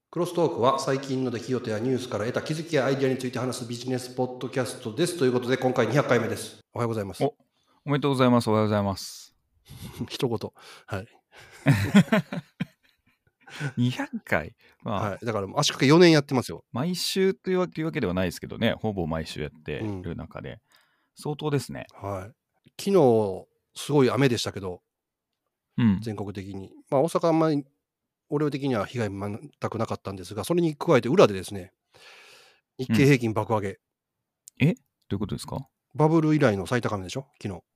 クロストークは最近の出来事やニュースから得た気づきやアイデアについて話すビジネスポッドキャストです。ということで、今回200回目です。おはようございます。 おめでとうございます。おはようございます。 一言。はい。 200回。 はい。だから、足掛け4年やってますよ。 毎週というわけではないですけどね、ほぼ毎週やってる中で、相当ですね。 はい。昨日、すごい雨でしたけど、全国的に。大阪あんまり、俺的には被害全くなかったんですが、それに加えて裏でですね、日経平均爆上げ。 どういうことですか？ バブル以来の最高値でしょ、昨日。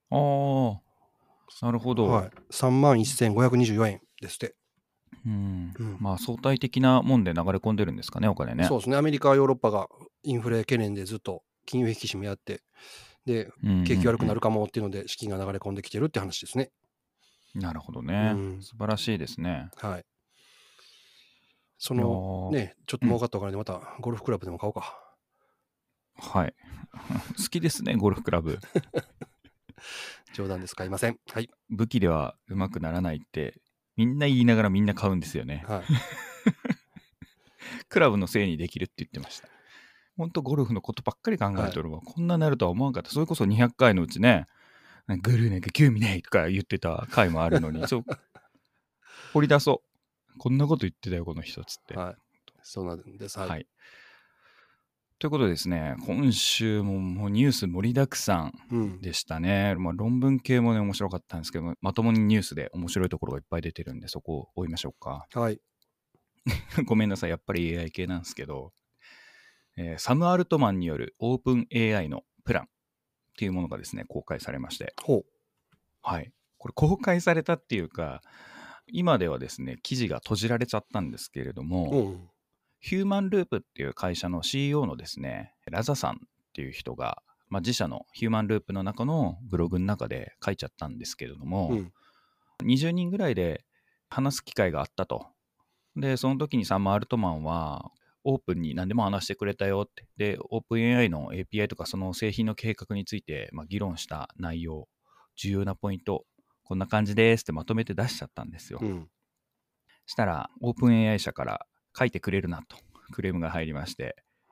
なるほど。 はい。31,524円ですって。 相対的なもんで流れ込んでるんですかね、お金ね。 そうですね。アメリカ、ヨーロッパがインフレ懸念でずっと金融引き締めやって、で、景気悪くなるかもっていうので資金が流れ込んできてるって話ですね。 なるほどね。素晴らしいですね。 はい。そのね、ちょっと儲かったお金でまたゴルフクラブでも買おうか。 はい。好きですね、ゴルフクラブ。 冗談です。買いません。はい。 武器ではうまくならないってみんな言いながらみんな買うんですよね。 はい。 クラブのせいにできるって言ってました。ほんとゴルフのことばっかり考えとるわ。こんななるとは思わんかった。それこそ200回のうちね、ゴルフなんか興味ないとか言ってた回もあるのに、掘り出そう。こんなこと言ってたよ、この人つって。 はい。そうなんです。 はい。ということでですね、今週もうニュース盛りだくさんでしたね。論文系もね、面白かったんですけど、まともにニュースで面白いところがいっぱい出てるんで、そこを追いましょうか。 はい。 ごめんなさい、やっぱり AI 系なんですけど、サム・アルトマンによるオープン AI のプランっていうものがですね、公開されまして。はい。これ公開されたっていうか、今ではですね、記事が閉じられちゃったんですけれども、ヒューマンループっていう会社の CEO のですね、ラザさんっていう人が、自社のヒューマンループの中のブログの中で書いちゃったんですけれども、20人ぐらいで話す機会があったと。で、その時にサム・アルトマンは、オープンに何でも話してくれたよって。で、オープン AI の API とかその製品の計画について、議論した内容、重要なポイント、こんな感じですってまとめて出しちゃったんですよ。したら、オープン AI 社から書いてくれるなとクレームが入りまして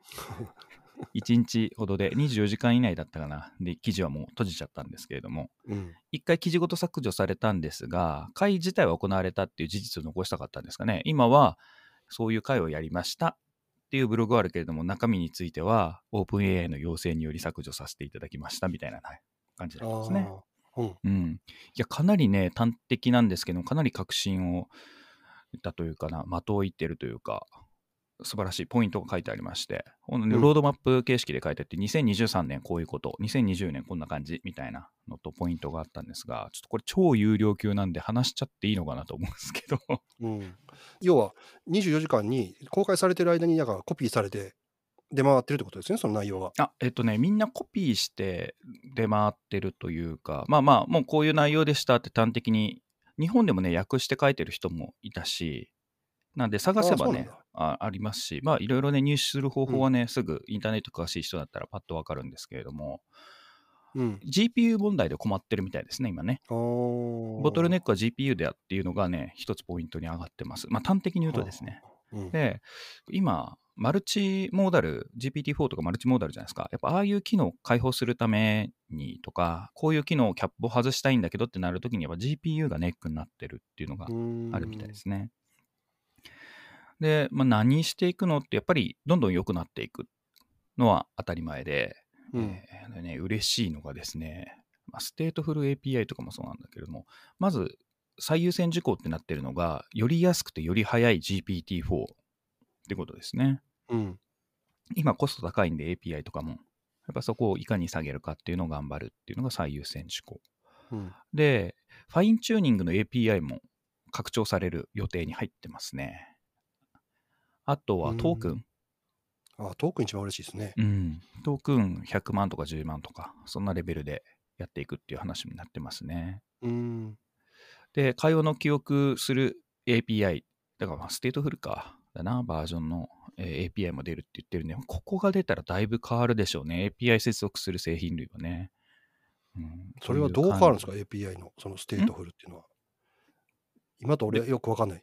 、1日ほどで24時間以内だったかな。で、記事はもう閉じちゃったんですけれども、一回記事ごと削除されたんですが、会自体は行われたっていう事実を残したかったんですかね。今は、そういう会をやりましたっていうブログはあるけれども、中身については、オープン AI の要請により削除させていただきましたみたいな感じだったんですね。いや、かなりね、端的なんですけど、かなり確信をだというかな、的を射ってるというか、素晴らしいポイントが書いてありまして、ロードマップ形式で書いてあって、2023年こういうこと、2020年こんな感じみたいなのとポイントがあったんですが、ちょっとこれ超有料級なんで話しちゃっていいのかなと思うんですけど。 要は、24時間に公開されてる間にコピーされて出回ってるってことですね、その内容が。 みんなコピーして出回ってるというか、もうこういう内容でしたって端的に、日本でもね、訳して書いてる人もいたし、なんで探せばね、ありますし、いろいろね、入手する方法はね、すぐインターネット詳しい人だったらパッとわかるんですけれども、GPU 問題で困ってるみたいですね、今ね。ボトルネックは GPU であっていうのがね、一つポイントに上がってます。端的に言うとですね。で、今、マルチモーダル、GPT-4 とかマルチモーダルじゃないですか。やっぱああいう機能を開放するためにとか、こういう機能をキャップを外したいんだけどってなるときには GPU がネックになってるっていうのがあるみたいですね。で、何していくのってやっぱりどんどん良くなっていくのは当たり前で、嬉しいのがですね、ステートフル API とかもそうなんだけれども、まず最優先事項ってなってるのが、より安くてより早い GPT-4 ってことですね。今コスト高いんで API とかも、やっぱそこをいかに下げるかっていうのを頑張るっていうのが最優先事項。で、ファインチューニングの API も拡張される予定に入ってますね。あとはトークン。 トークン一番嬉しいですね。 トークン100万とか10万とか、そんなレベルでやっていくっていう話になってますね。で、会話の記憶する API、だからステートフルかだな、バージョンの、API も出るって言ってるんで、ここが出たらだいぶ変わるでしょうね。API 接続する製品類はね。 それはどう変わるんですか ?API のそのステートフルっていうのは。今と俺はよくわかんない。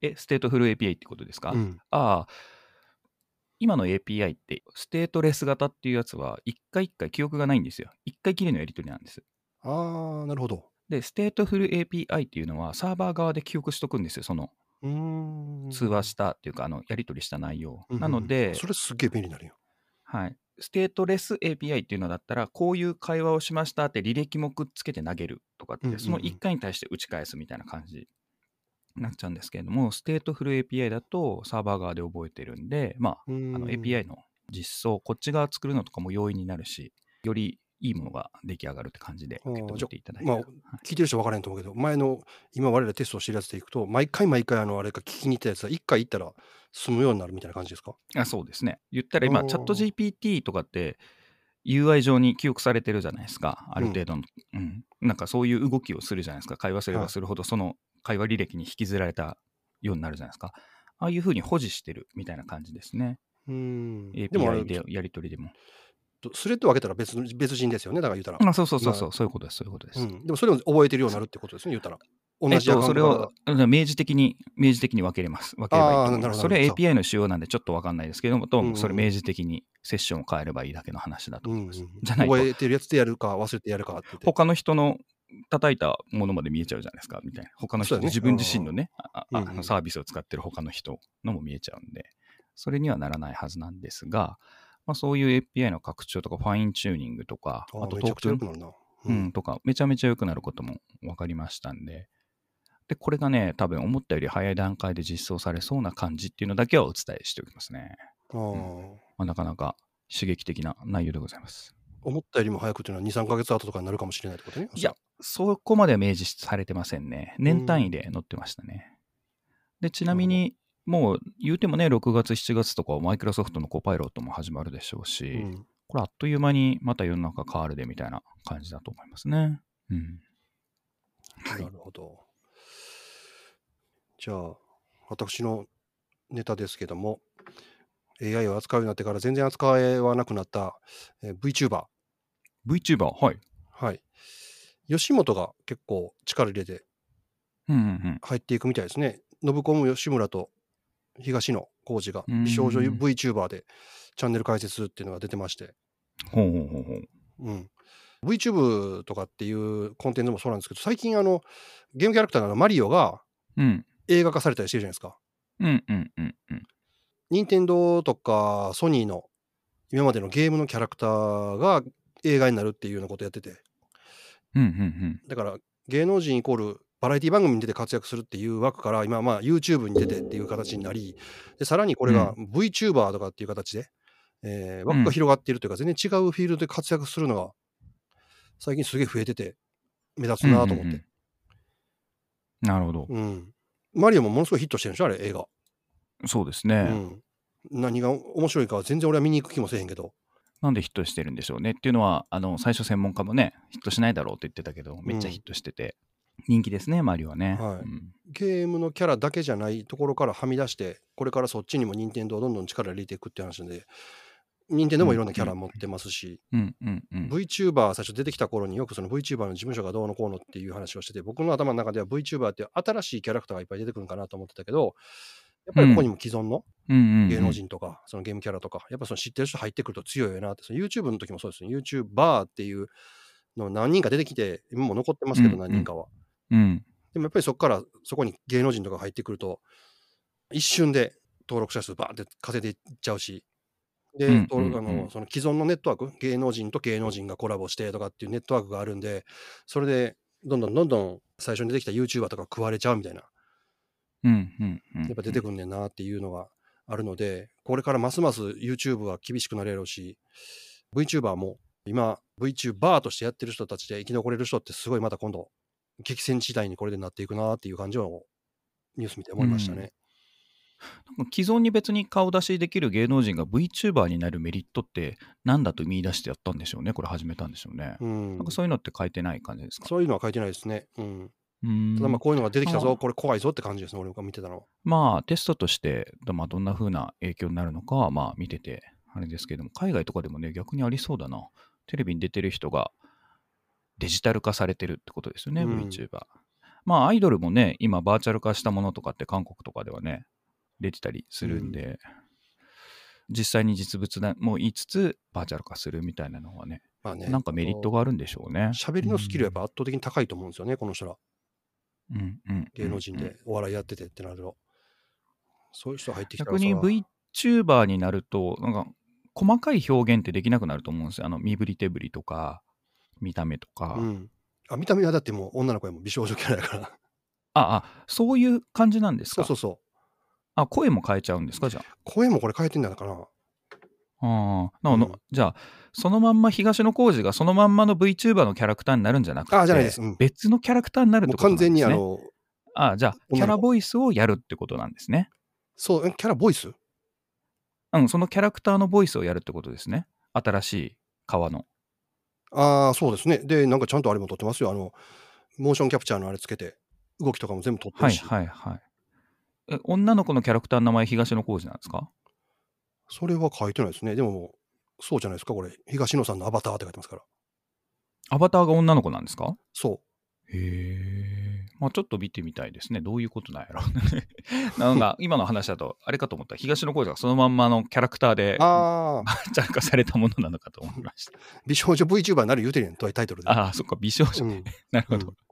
ステートフル API ってことですか？ ああ、今の API ってステートレス型っていうやつは一回一回記憶がないんですよ。一回きりのやり取りなんです。 ああ、なるほど。 で、ステートフル API っていうのはサーバー側で記憶しとくんですよ。その通話したっていうかやり取りした内容。なので、 それすっげえ便利になるよ。 はい。ステートレス API っていうのだったら、こういう会話をしましたって履歴もくっつけて投げるとかって、その1回に対して打ち返すみたいな感じになっちゃうんですけれども、ステートフル API だとサーバー側で覚えてるんで、API の実装、こっち側作るのとかも容易になるし、よりいいものが出来上がるって感じで受け止めていただいて。 聞いてる人分からんと思うけど、前の今我々テストしてるやつでいくと、毎回あれか聞きに行ったやつは1回行ったら済むようになるみたいな感じですか？ そうですね。言ったら今、チャット GPT とかって UI 上に記憶されてるじゃないですか。ある程度の、なんかそういう動きをするじゃないですか。会話すればするほど、その会話履歴に引きずられたようになるじゃないですか。ああいうふうに保持してるみたいな感じですね。API でやり取りでも。 スレッドを分けたら別人ですよね。だから言うたら。 そういうことです。 でもそれを覚えてるようになるってことですね。言うたら。同じアカウントから。 それを明示的に分けれます。分ければいいと思います。それは API の仕様なんでちょっと分かんないですけども、それ明示的にセッションを変えればいいだけの話だと思います。じゃないと覚えてるやつでやるか忘れてやるかって他の人の叩いたものまで見えちゃうじゃないですか、みたいな。他の人、自分自身のね、サービスを使ってる他の人のも見えちゃうんで、それにはならないはずなんですが、そういう API の拡張とかファインチューニングとか、あとトークンとか、めちゃめちゃ良くなることも分かりましたんで、で、これがね、多分思ったより早い段階で実装されそうな感じっていうのだけはお伝えしておきますね。なかなか刺激的な内容でございます。 思ったよりも早くというのは2、3ヶ月後とかになるかもしれないってことね。 いや、そこまでは明示されてませんね。年単位で載ってましたね。で、ちなみに、もう言うてもね、6月、7月とかマイクロソフトのコパイロットも始まるでしょうし、これあっという間にまた世の中変わるでみたいな感じだと思いますね。 なるほど。じゃあ、私のネタですけども、AI を扱うようになってから全然扱わなくなった、VTuber。 VTuber、はい。 はい。吉本が結構力入れて入っていくみたいですね。ノブコム吉村と東野幸治が美少女 VTuber でチャンネル開設っていうのが出てまして。VTube とかっていうコンテンツもそうなんですけど、最近ゲームキャラクターのマリオが映画化されたりしてるじゃないですか。任天堂とかソニーの今までのゲームのキャラクターが映画になるっていうようなことやってて。だから芸能人イコールバラエティ番組に出て活躍するっていう枠から今YouTube に出てっていう形になり、でさらにこれが VTuber とかっていう形で、枠が広がっているというか、全然違うフィールドで活躍するのが最近すげえ増えてて目立つなと思って。 なるほど。 マリオもものすごいヒットしてるんでしょ、あれ映画。 そうですね。 何が面白いかは全然俺は見に行く気もせえへんけど。 なんでヒットしてるんでしょうねっていうのは、最初専門家もね、ヒットしないだろうって言ってたけど、めっちゃヒットしてて、人気ですね、マリオはね。 ゲームのキャラだけじゃないところからはみ出して、これからそっちにも任天堂どんどん力入れていくって話で、任天堂もいろんなキャラ持ってますし、VTuber 最初出てきた頃によくその VTuber の事務所がどうのこうのっていう話をしてて、僕の頭の中では VTuber って新しいキャラクターがいっぱい出てくるんかなと思ってたけど、やっぱりここにも既存の芸能人とか、そのゲームキャラとか、やっぱその知ってる人入ってくると強いよなって、その YouTube の時もそうですね、YouTuber っていうの何人か出てきて、今も残ってますけど、何人かは。でもやっぱりそこに芸能人とか入ってくると、一瞬で登録者数バーって稼いでいっちゃうし、で、その既存のネットワーク、芸能人と芸能人がコラボしてとかっていうネットワークがあるんで、それでどんどん最初に出てきた YouTuber とか食われちゃうみたいな。やっぱ出てくんねんなっていうのがあるので、これからますます YouTube は厳しくなれるし、VTuber も今 VTuber としてやってる人たちで生き残れる人ってすごいまた今度激戦地帯にこれでなっていくなっていう感じをニュース見て思いましたね。 既存に別に顔出しできる芸能人が VTuber になるメリットって何だと見出してやったんでしょうね。これ始めたんでしょうね。なんかそういうのって書いてない感じですか？ そういうのは書いてないですね。ただこういうのが出てきたぞ、これ怖いぞって感じですね、俺が見てたのは。テストとしてどんな風な影響になるのかは見ててあれですけども、海外とかでもね、逆にありそうだな。テレビに出てる人がデジタル化されてるってことですよね、VTuber。 まあアイドルもね、今バーチャル化したものとかって韓国とかではね、出てたりするんで、実際に実物も言いつつバーチャル化するみたいなのはね、まあね、なんかメリットがあるんでしょうね。 喋りのスキルはやっぱ圧倒的に高いと思うんですよね、この人ら。芸能人でお笑いやっててってなると。そういう人入ってきたら逆に VTuber になると、なんか細かい表現ってできなくなると思うんですよ。身振り手振りとか、見た目とか。 見た目はだってもう女の子やも美少女キャラやからあ、そういう感じなんですか。 そう。 声も変えちゃうんですか、じゃあ。 声もこれ変えてんだかな。 じゃあ、そのまんま東野幸治がそのまんまの VTuber のキャラクターになるんじゃなくて、 じゃないです。 別のキャラクターになるってことなんですね。 もう完全にじゃあ、キャラボイスをやるってことなんですね。 そう、キャラボイス？ そのキャラクターのボイスをやるってことですね。新しい革の。 そうですね。で、なんかちゃんとあれも撮ってますよ。モーションキャプチャーのあれつけて、動きとかも全部撮ってるし。 女の子のキャラクターの名前、東野幸治なんですか？ それは書いてないですね。でも、そうじゃないですか、これ。東野さんのアバターって書いてますから。 アバターが女の子なんですか？ そう。 へえ。まあちょっと見てみたいですね。どういうことなんやろ。なんか今の話だと、あれかと思ったら、東野幸治がそのまんまのキャラクターで、バーチャル化されたものなのかと思いました。 美少女 VTuber になる言うてるやん、タイトルで。 そっか、美少女ね。なるほど。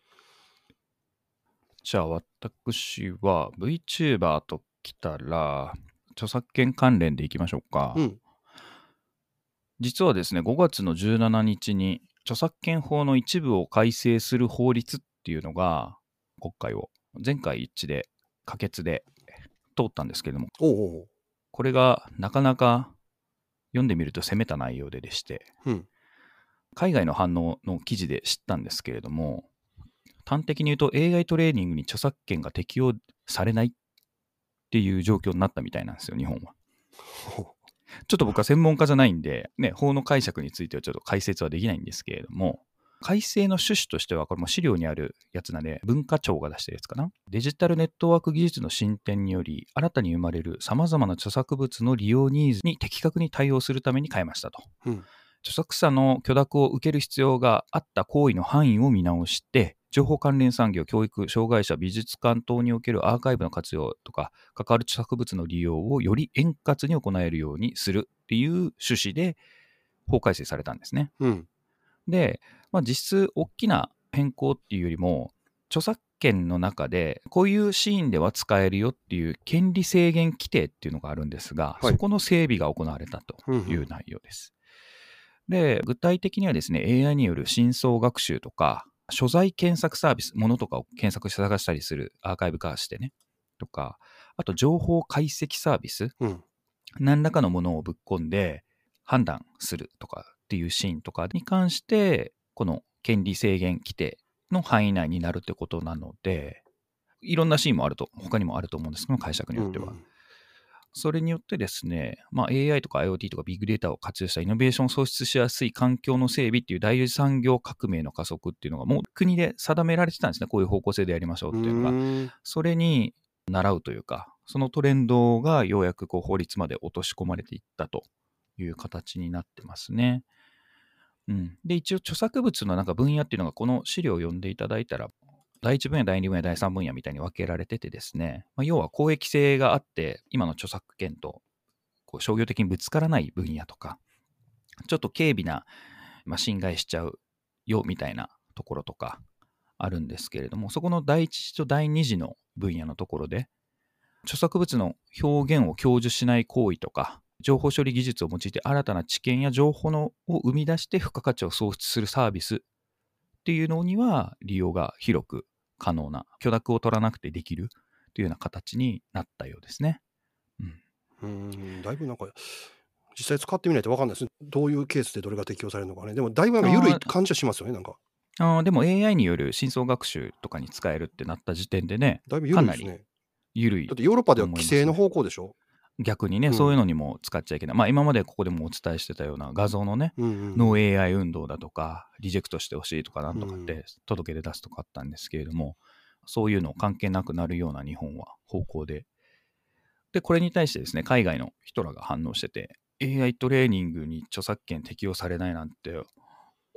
じゃあ私は VTuber ときたら、著作権関連でいきましょうか。実はですね、5月の17日に著作権法の一部を改正する法律っていうのが国会を全会一致で可決で通ったんですけれども、これがなかなか読んでみると攻めた内容でして、海外の反応の記事で知ったんですけれども、端的に言うと AI トレーニングに著作権が適用されないっていう状況になったみたいなんですよ、日本は。ちょっと僕は専門家じゃないんで、法の解釈についてはちょっと解説はできないんですけれども、改正の趣旨としては、これも資料にあるやつなんで、文化庁が出してるやつかな。デジタルネットワーク技術の進展により、新たに生まれる様々な著作物の利用ニーズに的確に対応するために変えましたと。著作者の許諾を受ける必要があった行為の範囲を見直して、情報関連産業、教育、障害者、美術館等におけるアーカイブの活用とか、関わる著作物の利用をより円滑に行えるようにするっていう趣旨で法改正されたんですね。で、実質大きな変更っていうよりも、著作権の中でこういうシーンでは使えるよっていう権利制限規定っていうのがあるんですが、そこの整備が行われたという内容です。で、具体的にはですね、AI による深層学習とか、所在検索サービス、ものとかを検索して探したりするアーカイブ化してね、とか、あと情報解析サービス、何らかのものをぶっ込んで判断するとかっていうシーンとかに関して、この権利制限規定の範囲内になるってことなので、いろんなシーンもあると、他にもあると思うんですけど、解釈によっては。それによってですね、AI とか IoT とかビッグデータを活用したイノベーションを創出しやすい環境の整備っていう第4次産業革命の加速っていうのがもう国で定められてたんですね。こういう方向性でやりましょうっていうのが。それに習うというか、そのトレンドがようやくこう法律まで落とし込まれていったという形になってますね。で、一応著作物のなんか分野っていうのがこの資料を読んでいただいたら、第1分野、第2分野、第3分野みたいに分けられててですね、要は公益性があって、今の著作権とこう商業的にぶつからない分野とか、ちょっと軽微な、侵害しちゃうよみたいなところとかあるんですけれども、そこの第1次と第2次の分野のところで、著作物の表現を享受しない行為とか、情報処理技術を用いて新たな知見や情報を生み出して付加価値を創出するサービスっていうのには利用が広く可能な、許諾を取らなくてできるというような形になったようですね。 だいぶなんか実際使ってみないと分かんないですね。どういうケースでどれが適用されるのかね。でもだいぶなんか緩い感じはしますよね、なんか。 でも AI による深層学習とかに使えるってなった時点でね、 だいぶ緩いですね。 緩い。 だってヨーロッパでは規制の方向でしょ。 逆にね、そういうのにも使っちゃいけない。今までここでもお伝えしてたような画像のね、ノー AI 運動だとか、リジェクトしてほしいとかなんとかって届け出出すとかあったんですけれども、そういうの関係なくなるような日本は方向で。で、これに対してですね、海外の人らが反応してて、AI トレーニングに著作権適用されないなんて、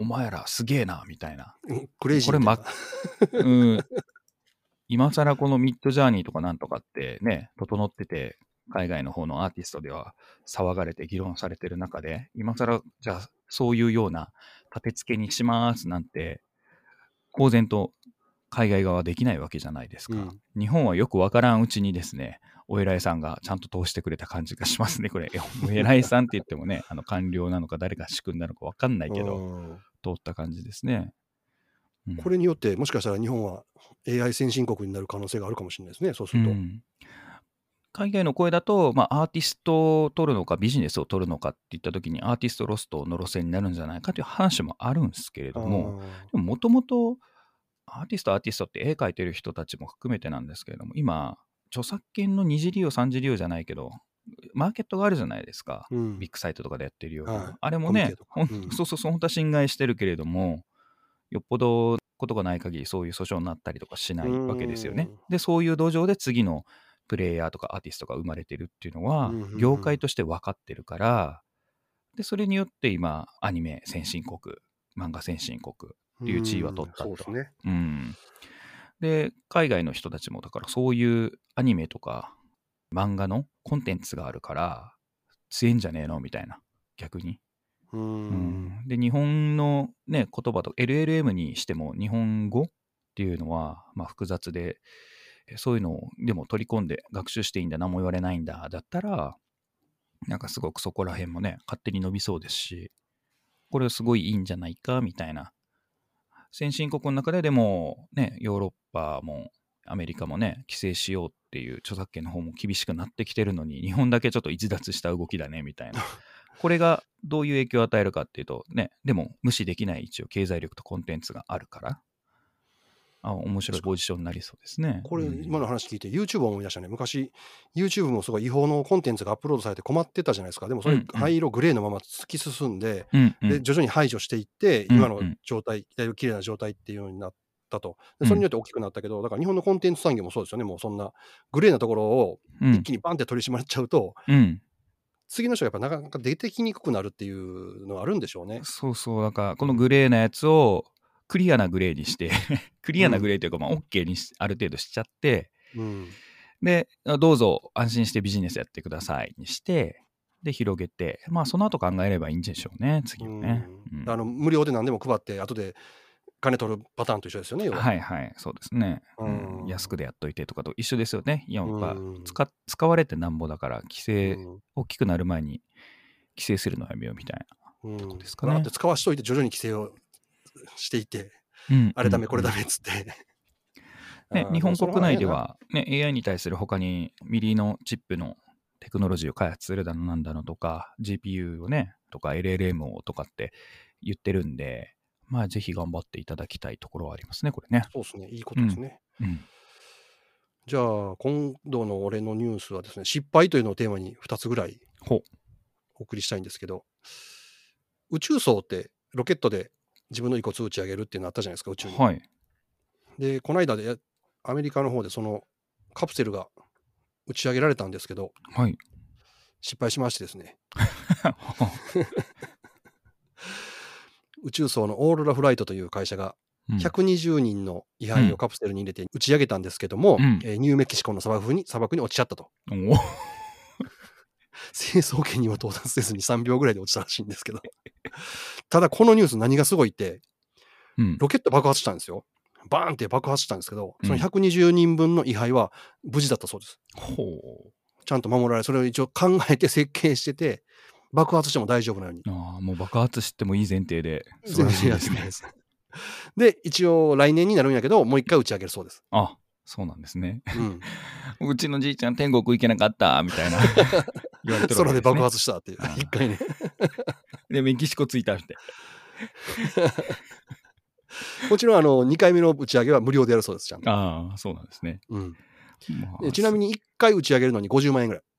お前らすげえなみたいな。 クレイジーみたいな。 今更このミッドジャーニーとかなんとかってね、整ってて、海外の方のアーティストでは騒がれて議論されてる中で、今更じゃあそういうような立て付けにしますなんて、公然と海外側はできないわけじゃないですか。日本はよくわからんうちにですね、お偉いさんがちゃんと通してくれた感じがしますね、これ。お偉いさんって言ってもね、官僚なのか誰が仕組んだのかわかんないけど、通った感じですね。 これによって、もしかしたら日本は AI 先進国になる可能性があるかもしれないですね、そうすると。 海外の声だと、アーティストを取るのかビジネスを取るのかっていった時にアーティストロストの路線になるんじゃないかという話もあるんですけれども、もともとアーティストって絵描いてる人たちも含めてなんですけれども、今、著作権の二次利用、三次利用じゃないけど、マーケットがあるじゃないですか。ビッグサイトとかでやってるような。あれもね、そう、本当は侵害してるけれども、よっぽどことがない限りそういう訴訟になったりとかしないわけですよね。で、そういう土壌で次のプレイヤーとかアーティストが生まれてるっていうのは、業界として分かってるから、で、それによって今、アニメ先進国、漫画先進国っていう地位は取ったと。 そうですね。 で、海外の人たちもだからそういうアニメとか漫画のコンテンツがあるから強いんじゃねえのみたいな、逆に。で、日本のね、言葉と LLM にしても日本語っていうのは複雑で、そういうのをでも取り込んで学習していいんだ、何も言われないんだだったら、なんかすごくそこら辺もね、勝手に伸びそうですし、これはすごいいいんじゃないかみたいな。先進国の中でもね、ヨーロッパもアメリカもね、規制しようっていう著作権の方も厳しくなってきてるのに、日本だけちょっと逸脱した動きだねみたいな。これがどういう影響を与えるかっていうとね、でも無視できない一応経済力とコンテンツがあるから、面白いポジションになりそうですね。 これ、今の話聞いて YouTube を思い出したね。昔 YouTube もすごい違法のコンテンツがアップロードされて困ってたじゃないですか。でもそれ灰色グレーのまま突き進んで、で徐々に排除していって、今の状態、だいぶ綺麗な状態っていうようになったと。でそれによって大きくなったけど、だから日本のコンテンツ産業もそうですよね。もうそんなグレーなところを一気にバンって取り締まっちゃうと、次の人がやっぱなかなか出てきにくくなるっていうのがあるんでしょうね。 そうそう、だからこのグレーなやつをクリアなグレーにしてクリアなグレーというか、OK にある程度しちゃって、で、どうぞ安心してビジネスやってくださいにして、で、広げて、その後考えればいいんでしょうね、次はね。 無料で何でも配って、後で金取るパターンと一緒ですよね、要は。 はいはい、そうですね。安くでやっといてとかと一緒ですよね。やっぱ使われてなんぼだから、規制、大きくなる前に規制するのはやめようみたいなとこですかね。 って使わしといて徐々に規制をしていて、あれダメこれダメっつって。 ね、日本国内では、ね、AI に対する他にミリのチップのテクノロジーを開発するだのなんだのとか GPU をねとか LLM をとかって言ってるんで、ぜひ頑張っていただきたいところはありますね、これね。 そうですね、いいことですね。じゃあ今度の俺のニュースはですね、失敗というのをテーマに2つぐらいお送りしたいんですけど、宇宙層ってロケットで自分の遺骨を打ち上げるっていうのあったじゃないですか、宇宙に。でこの間でアメリカの方でそのカプセルが打ち上げられたんですけど、失敗しましてですね宇宙層のオーロラフライトという会社が120人の遺骸をカプセルに入れて打ち上げたんですけども、ニューメキシコの砂漠に落ちちゃったと。成層圏には到達せずに3秒ぐらいで落ちたらしいんですけどただこのニュース何がすごいって、ロケット爆発したんですよ。バーンって爆発したんですけど、その120人分の遺骸は無事だったそうです。ちゃんと守られ、それを一応考えて設計してて、爆発しても大丈夫なように。 もう爆発してもいい前提で。 全然やってないです。で、一応来年になるんやけど、もう一回打ち上げるそうです。 そうなんですね。うちのじいちゃん天国行けなかったみたいな言われてる、空で爆発したっていう一回ね。 でメキシコ着いたって。 もちろん2回目の打ち上げは無料でやるそうです、ちゃんと。 そうなんですね。 ちなみに1回打ち上げるのに50万円ぐらい。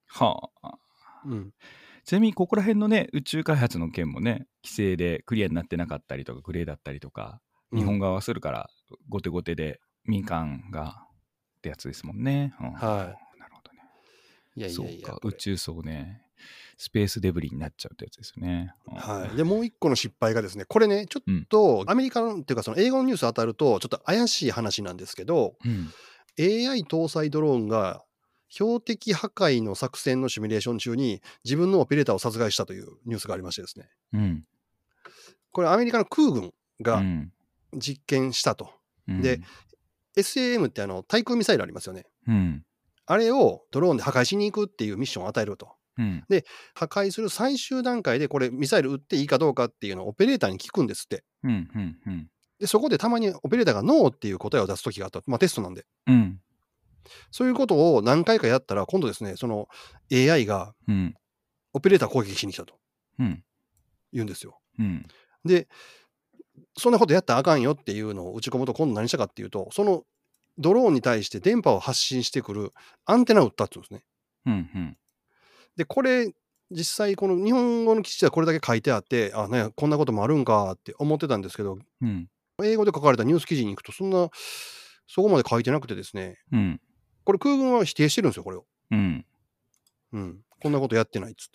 ちなみにここら辺のね、宇宙開発の件もね、規制でクリアになってなかったりとか、グレーだったりとか、日本側はするから、後手後手で民間がってやつですもんね。 なるほどね。そうか、宇宙層ね。 スペースデブリになっちゃうってやつですよね。 はい。で、もう一個の失敗がですね、これね、ちょっとアメリカのっていうかその英語のニュース当たるとちょっと怪しい話なんですけど、AI 搭載ドローンが標的破壊の作戦のシミュレーション中に自分のオペレーターを殺害したというニュースがありましてですね。これアメリカの空軍が実験したと。で、SAM って対空ミサイルありますよね。あれをドローンで破壊しに行くっていうミッションを与えると。で、破壊する最終段階でこれミサイル撃っていいかどうかっていうのをオペレーターに聞くんですって。で、そこでたまにオペレーターがノーっていう答えを出す時があった。テストなんで。そういうことを何回かやったら、今度ですね、その AI がオペレーター攻撃しに来たと言うんですよ。で、そんなことやったらあかんよっていうのを打ち込むと、今度何したかっていうと、そのドローンに対して電波を発信してくるアンテナを打ったって言うんですね。で、これ、実際この日本語の記事ではこれだけ書いてあって、こんなこともあるんかって思ってたんですけど、英語で書かれたニュース記事に行くと、そこまで書いてなくてですね、これ空軍は否定してるんですよ、これを。こんなことやってないっつって。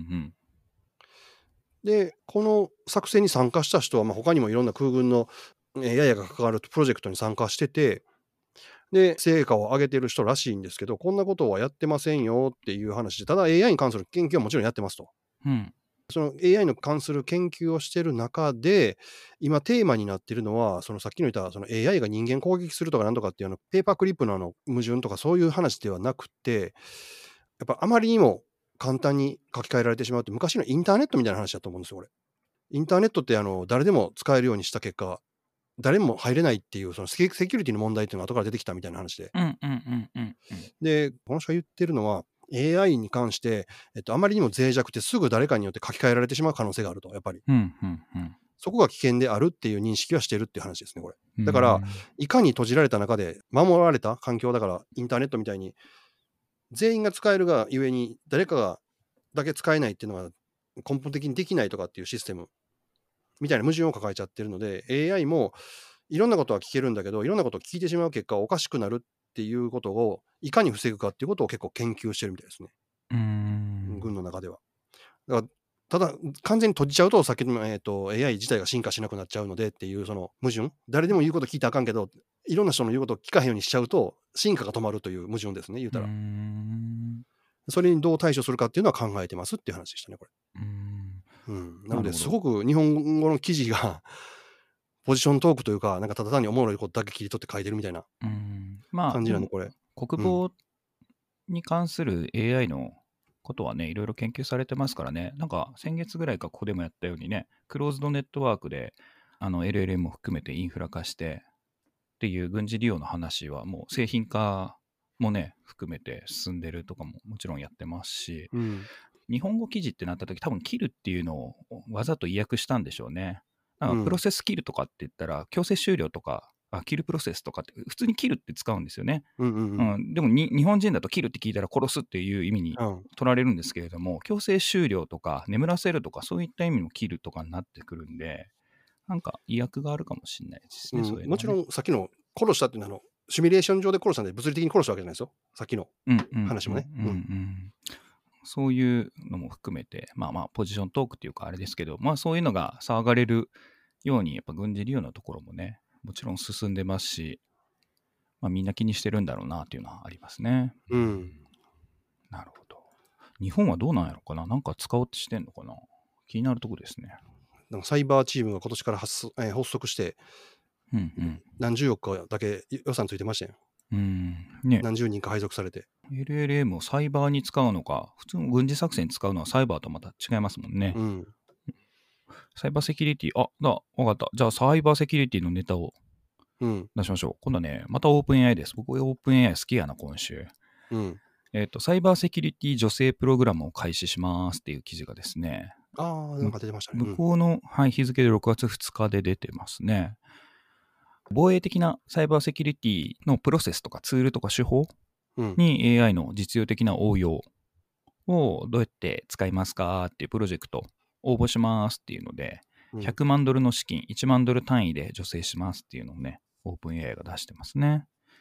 で、この作戦に参加した人は、他にもいろんな空軍のAIが関わるプロジェクトに参加してて、で、成果を上げてる人らしいんですけど、こんなことはやってませんよっていう話で、ただ AI に関する研究はもちろんやってますと。その AI に関する研究をしてる中で、今テーマになっているのは、そのさっきの言ったその AI が人間攻撃するとかなんとかっていうペーパークリップの矛盾とかそういう話ではなくて、やっぱあまりにも簡単に書き換えられてしまうって、昔のインターネットみたいな話だと思うんですよ、これ。インターネットって誰でも使えるようにした結果、誰も入れないっていう、そのセキュリティの問題っていうのが後から出てきたみたいな話で。で、この人が言ってるのは、AI に関して、あまりにも脆弱ってすぐ誰かによって書き換えられてしまう可能性があると、やっぱり。そこが危険であるっていう認識はしてるっていう話ですね、これ。だから、いかに閉じられた中で守られた環境だから、インターネットみたいに、全員が使えるがゆえに、誰かがだけ使えないっていうのが根本的にできないとかっていうシステムみたいな矛盾を抱えちゃってるので、AI もいろんなことは聞けるんだけど、いろんなことを聞いてしまう結果おかしくなるっていうことをいかに防ぐかっていうことを結構研究してるみたいですね。軍の中では。だからただ完全に閉じちゃうと、さっきの、AI 自体が進化しなくなっちゃうのでっていうその矛盾、誰でも言うこと聞いたらあかんけど、いろんな人の言うことを聞かへんようにしちゃうと進化が止まるという矛盾ですね、言うたら。それにどう対処するかっていうのは考えてますっていう話でしたね、これ。なのですごく日本語の記事がポジショントークというか、なんかただ単におもろいことだけ切り取って書いてるみたいな感じなんで、これ。 国防に関する AI のことはね、いろいろ研究されてますからね、なんか先月ぐらいかここでもやったようにね、クローズドネットワークでLLM も含めてインフラ化してっていう軍事利用の話はもう製品化もね、含めて進んでるとかももちろんやってますし、日本語記事ってなった時多分キルっていうのをわざと意訳したんでしょうね。なんかプロセスキルとかって言ったら強制終了とかキルプロセスとかって普通にキルって使うんですよね。でも日本人だとキルって聞いたら殺すっていう意味に取られるんですけれども、強制終了とか眠らせるとかそういった意味のキルとかになってくるんで、なんか意訳があるかもしれないですね。そういうのね。 もちろんさっきの殺したっていうのはシミュレーション上で殺したんで物理的に殺したわけじゃないですよ。さっきの話もね。 そういうのも含めて、ポジショントークっていうかあれですけど、そういうのが騒がれるように、やっぱ軍事利用のところもね、もちろん進んでますし、みんな気にしてるんだろうなっていうのはありますね。なるほど。日本はどうなんやろうかな、なんか使おうとしてんのかな、気になるところですね。 なんかサイバーチームが今年から発足して、何十億かだけ予算ついてましたよ。何十人か配属されて。 LLM をサイバーに使うのか、普通の軍事作戦に使うのはサイバーとまた違いますもんね。サイバーセキュリティ、わかった。じゃあサイバーセキュリティのネタを出しましょう。今度はね、またオープン AI です。僕オープン AI 好きやな、今週。サイバーセキュリティ助成プログラムを開始しますっていう記事がですね。 なんか出てましたね。 向こうの、日付で6月2日で出てますね。防衛的なサイバーセキュリティのプロセスとかツールとか手法に AI の実用的な応用をどうやって使いますかっていうプロジェクト応募しますっていうので、100万ドルの資金、1万ドル単位で助成しますっていうのをね、オープン AI が出してますね。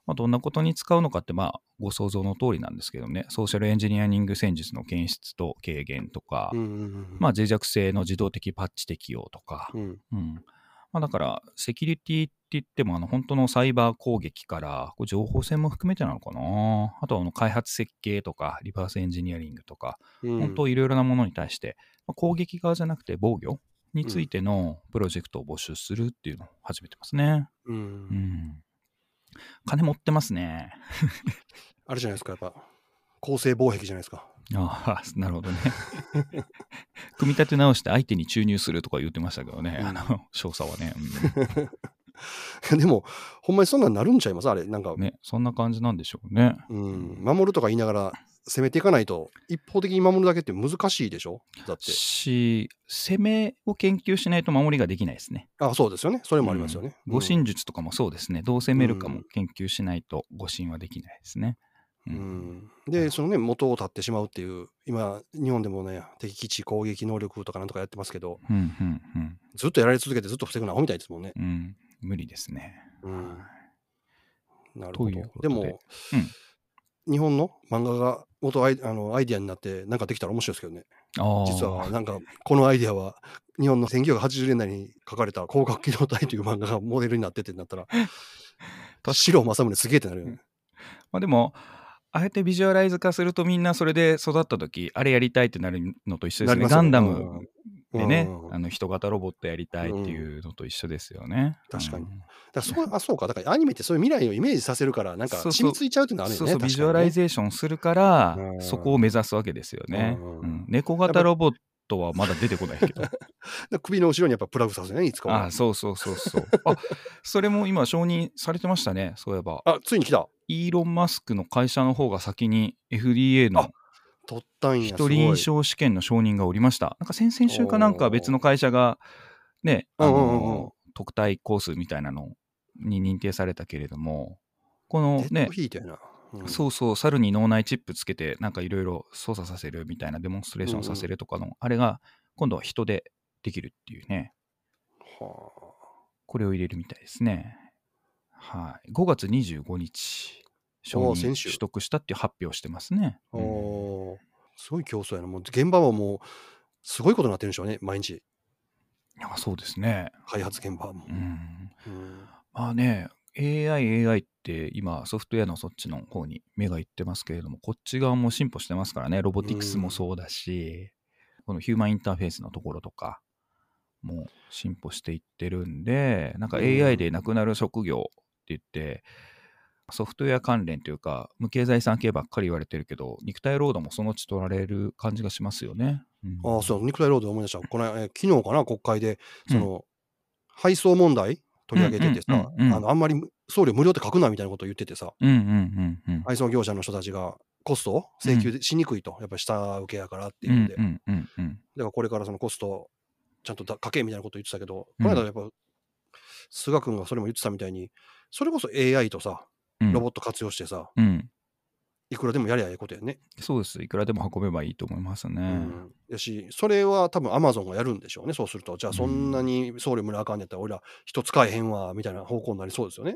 どんなことに使うのかってご想像の通りなんですけどね、ソーシャルエンジニアリング戦術の検出と軽減とか、脆弱性の自動的パッチ適用とか、だからセキュリティって言っても本当のサイバー攻撃から情報戦も含めてなのかな。あとは開発設計とかリバースエンジニアリングとか、本当いろいろなものに対して、攻撃側じゃなくて防御についてのプロジェクトを募集するっていうのを始めてますね。金持ってますね。 あれじゃないですか、やっぱ構成防壁じゃないですか。 ああ、なるほどね。組み立て直して相手に注入するとか言ってましたけどね、少佐はね。 でも、ほんまにそんなんなるんちゃいますあれ、なんか。 ね、そんな感じなんでしょうね。 守るとか言いながら攻めていかないと、一方的に守るだけって難しいでしょだって。 攻めを研究しないと守りができないですね。 そうですよね。それもありますよね。 護身術とかもそうですね。どう攻めるかも研究しないと護身はできないですね。 で、そのね、元を絶ってしまうっていう、今、日本でもね、敵基地攻撃能力とかなんとかやってますけど、ずっとやられ続けてずっと防ぐのアホみたいですもんね。 無理ですね。 なるほど。でも、日本の漫画が元アイディアになってなんかできたら面白いですけどね。実はなんかこのアイディアは日本の1980年代に書かれた広角機動隊という漫画がモデルになってってなったら四郎正宗すげえってなるよね。 でもあえてビジュアライズ化するとみんなそれで育った時あれやりたいってなるのと一緒ですね。ガンダムでね、人型ロボットやりたいっていうのと一緒ですよね。 確かに。だからそうか。だからアニメってそういう未来をイメージさせるからなんか染みついちゃうっていうのあるよね。 そうビジュアライゼーションするからそこを目指すわけですよね。猫型ロボットはまだ出てこないけど。 首の後ろにやっぱプラグさせねいつか。 そう。それも今承認されてましたね。そういえば。 ついに来た。 イーロン・マスクの会社の方が先に FDA の一人認証試験の承認がおりました。なんか先々週かなんか別の会社がね、特待コースみたいなのに認定されたけれども、このね、猿に脳内チップつけてなんかいろいろ操作させるみたいなデモンストレーションさせるとかの、あれが今度は人でできるっていうね。これを入れるみたいですね。5月25日承認取得したっていう発表してますね。 すごい競争やな。もう現場はもうすごいことになってるんでしょうね、毎日。 そうですね。 開発現場も。 AI って今ソフトウェアのそっちの方に目がいってますけれども、こっち側も進歩してますからね。ロボティクスもそうだし、このヒューマンインターフェースのところとかも進歩していってるんで、なんか AI でなくなる職業って言ってソフトウェア関連というか無経済産経ばっかり言われてるけど、肉体労働もそのうち取られる感じがしますよね。 そう、肉体労働思い出した。昨日かな、国会でその配送問題取り上げててさ、あんまり送料無料って書くなみたいなことを言っててさ、配送業者の人たちがコストを請求しにくいと、やっぱり下請けやからっていうので、だからこれからそのコストをちゃんと書けみたいなことを言ってたけど、この間やっぱ菅君がそれも言ってたみたいに、それこそ AI とさ、ロボット活用してさ、いくらでもやりゃいいことやね。 そうです。いくらでも運べばいいと思いますね。 やし、それは多分 Amazon がやるんでしょうね。そうすると、じゃあそんなに送料無料あかんやったら、俺ら人使えへんわ、みたいな方向になりそうですよね。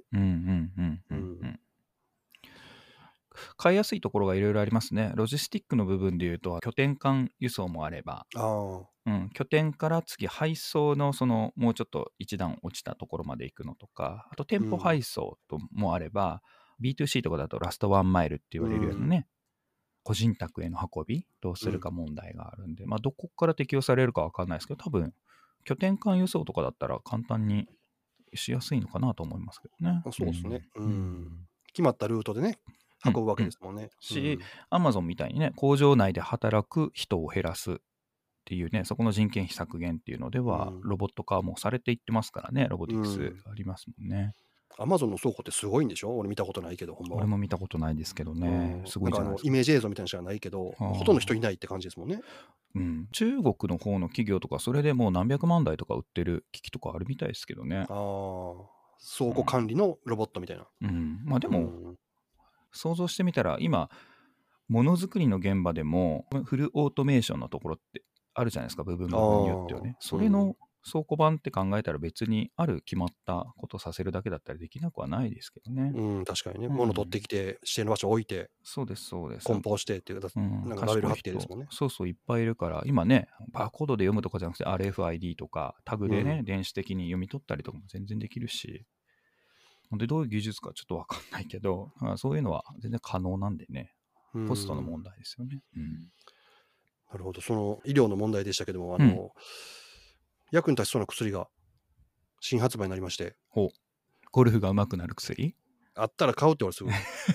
買いやすいところがいろいろありますね。ロジスティックの部分でいうと、拠点間輸送もあれば、拠点から次配送のそのもうちょっと一段落ちたところまで行くのとか、あと店舗配送ともあれば、B2C とかだとラストワンマイルって言われるようなね、個人宅への運びどうするか問題があるんで、どこから適用されるか分かんないですけど、多分拠点間輸送とかだったら簡単にしやすいのかなと思いますけどね。 そうですね。決まったルートでね、運ぶわけですもんね。 Amazon みたいにね、工場内で働く人を減らすっていうね、そこの人件費削減っていうのでは、ロボット化もされていってますからね、ロボティクスありますもんね。 Amazon の倉庫ってすごいんでしょ？俺見たことないけど、ほんま。 俺も見たことないですけどね。すごいじゃないですか。 イメージ映像みたいなのしかないけど、ほとんど人いないって感じですもんね。 中国の方の企業とか、それでもう何百万台とか売ってる機器とかあるみたいですけどね。 倉庫管理のロボットみたいな。 でも、想像してみたら、今、ものづくりの現場でも、フルオートメーションのところってあるじゃないですか、部分によってはね。それの倉庫版って考えたら別にある決まったことさせるだけだったらできなくはないですけどね。 確かにね。物取ってきて、指定の場所置いて、 そうです、そうです。 梱包してっていう、なんかラベル貼ってですもんね。 そうそう、いっぱいいるから、今ね、バーコードで読むとかじゃなくて RFID とかタグでね、電子的に読み取ったりとかも全然できるし、でどういう技術かちょっとわかんないけど、そういうのは全然可能なんでね、コストの問題ですよね。 なるほど。その医療の問題でしたけども、役に立ちそうな薬が新発売になりまして。 ゴルフが上手くなる薬あったら買うって言われすぐ。